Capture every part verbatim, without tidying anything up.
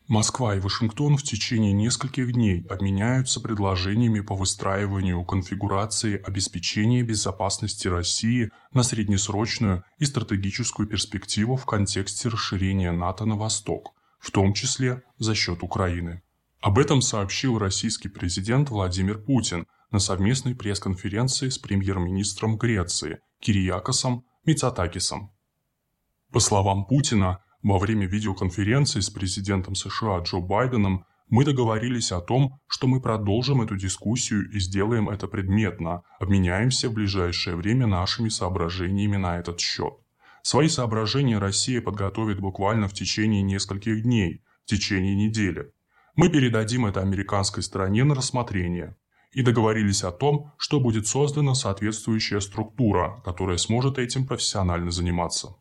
Москва и Вашингтон в течение нескольких дней обменяются предложениями по выстраиванию конфигурации обеспечения безопасности России на среднесрочную и стратегическую перспективу в контексте расширения НАТО на восток, в том числе за счет Украины. Об этом сообщил российский президент Владимир Путин на совместной пресс-конференции с премьер-министром Греции Кириакосом Мицотакисом. По словам Путина, во время видеоконференции с президентом США Джо Байденом мы договорились о том, что мы продолжим эту дискуссию и сделаем это предметно, обменяемся в ближайшее время нашими соображениями на этот счет. Свои соображения Россия подготовит буквально в течение нескольких дней, в течение недели. Мы передадим это американской стороне на рассмотрение. И договорились о том, что будет создана соответствующая структура, которая сможет этим профессионально заниматься.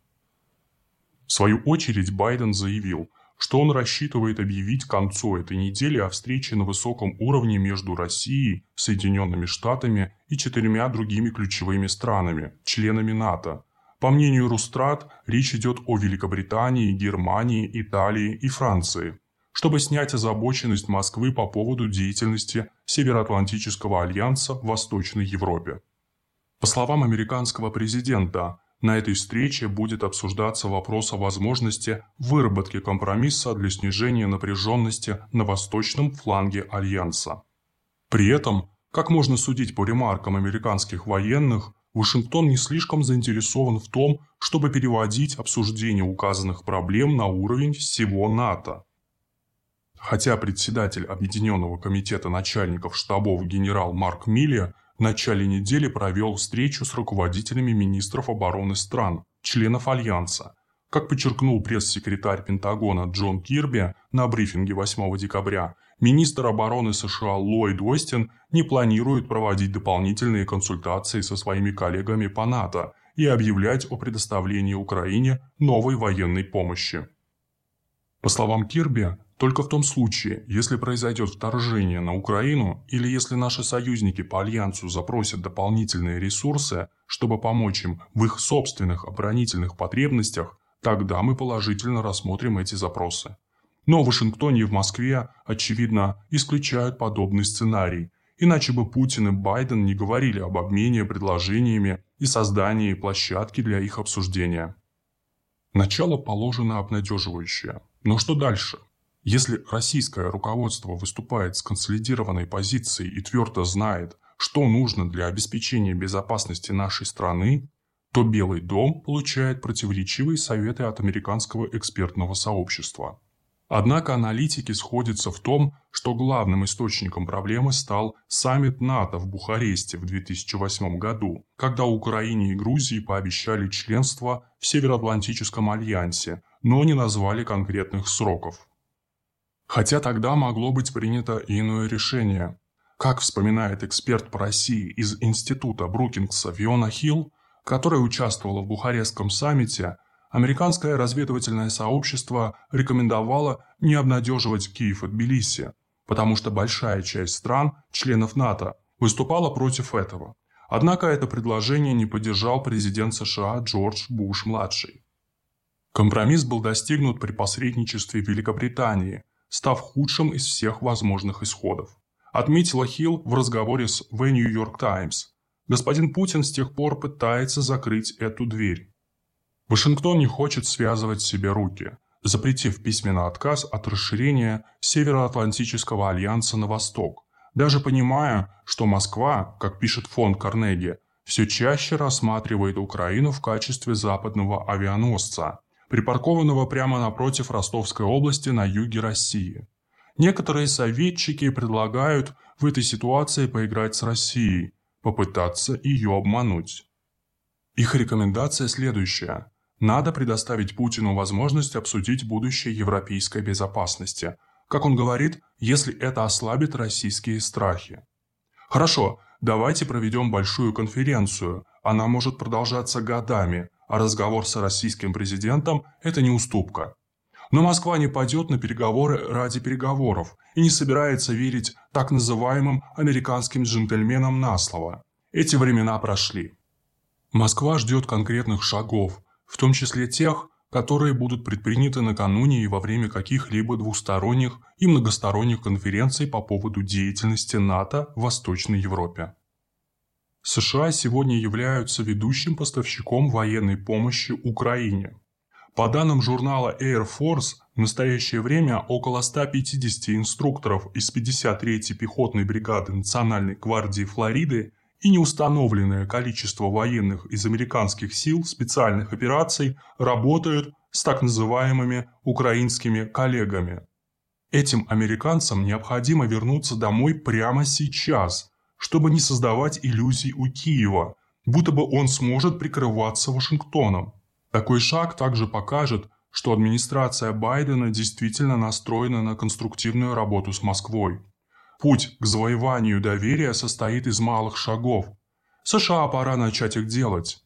В свою очередь Байден заявил, что он рассчитывает объявить к концу этой недели о встрече на высоком уровне между Россией, Соединенными Штатами и четырьмя другими ключевыми странами, членами НАТО. По мнению Русстрат, речь идет о Великобритании, Германии, Италии и Франции, чтобы снять озабоченность Москвы по поводу деятельности Североатлантического альянса в Восточной Европе. По словам американского президента, на этой встрече будет обсуждаться вопрос о возможности выработки компромисса для снижения напряженности на восточном фланге Альянса. При этом, как можно судить по ремаркам американских военных, Вашингтон не слишком заинтересован в том, чтобы переводить обсуждение указанных проблем на уровень всего НАТО. Хотя председатель Объединенного комитета начальников штабов генерал Марк Милли в начале недели провел встречу с руководителями министров обороны стран, членов Альянса. Как подчеркнул пресс-секретарь Пентагона Джон Кирби на брифинге восьмого декабря, министр обороны США Ллойд Остин не планирует проводить дополнительные консультации со своими коллегами по НАТО и объявлять о предоставлении Украине новой военной помощи. По словам Кирби, только в том случае, если произойдет вторжение на Украину или если наши союзники по Альянсу запросят дополнительные ресурсы, чтобы помочь им в их собственных оборонительных потребностях, тогда мы положительно рассмотрим эти запросы. Но в Вашингтоне и в Москве, очевидно, исключают подобный сценарий, иначе бы Путин и Байден не говорили об обмене предложениями и создании площадки для их обсуждения. Начало положено обнадеживающее. Но что дальше? Если российское руководство выступает с консолидированной позицией и твердо знает, что нужно для обеспечения безопасности нашей страны, то Белый дом получает противоречивые советы от американского экспертного сообщества. Однако аналитики сходятся в том, что главным источником проблемы стал саммит НАТО в Бухаресте в две тысячи восьмом году, когда Украине и Грузии пообещали членство в Североатлантическом альянсе, но не назвали конкретных сроков. Хотя тогда могло быть принято иное решение. Как вспоминает эксперт по России из института Брукингса Фиона Хилл, которая участвовала в Бухарестском саммите, американское разведывательное сообщество рекомендовало не обнадеживать Киев и Тбилиси, потому что большая часть стран, членов НАТО, выступала против этого. Однако это предложение не поддержал президент США Джордж Буш-младший. Компромисс был достигнут при посредничестве Великобритании, став худшим из всех возможных исходов. Отметила Хилл в разговоре с The New York Times. Господин Путин с тех пор пытается закрыть эту дверь. Вашингтон не хочет связывать себе руки, запретив письменный отказ от расширения Североатлантического альянса на восток, даже понимая, что Москва, как пишет фонд Карнеги, все чаще рассматривает Украину в качестве западного авианосца, припаркованного прямо напротив Ростовской области на юге России. Некоторые советчики предлагают в этой ситуации поиграть с Россией, попытаться ее обмануть. Их рекомендация следующая. Надо предоставить Путину возможность обсудить будущее европейской безопасности. Как он говорит, если это ослабит российские страхи. Хорошо, давайте проведем большую конференцию. Она может продолжаться годами, а разговор с российским президентом – это не уступка. Но Москва не пойдет на переговоры ради переговоров и не собирается верить так называемым американским джентльменам на слово. Эти времена прошли. Москва ждет конкретных шагов, в том числе тех, которые будут предприняты накануне и во время каких-либо двусторонних и многосторонних конференций по поводу деятельности НАТО в Восточной Европе. США сегодня являются ведущим поставщиком военной помощи Украине. По данным журнала Air Force, в настоящее время около ста пятидесяти инструкторов из пятьдесят третьей пехотной бригады Национальной гвардии Флориды и неустановленное количество военных из американских сил специальных операций работают с так называемыми украинскими коллегами. Этим американцам необходимо вернуться домой прямо сейчас, чтобы не создавать иллюзий у Киева, будто бы он сможет прикрываться Вашингтоном. Такой шаг также покажет, что администрация Байдена действительно настроена на конструктивную работу с Москвой. Путь к завоеванию доверия состоит из малых шагов. США пора начать их делать.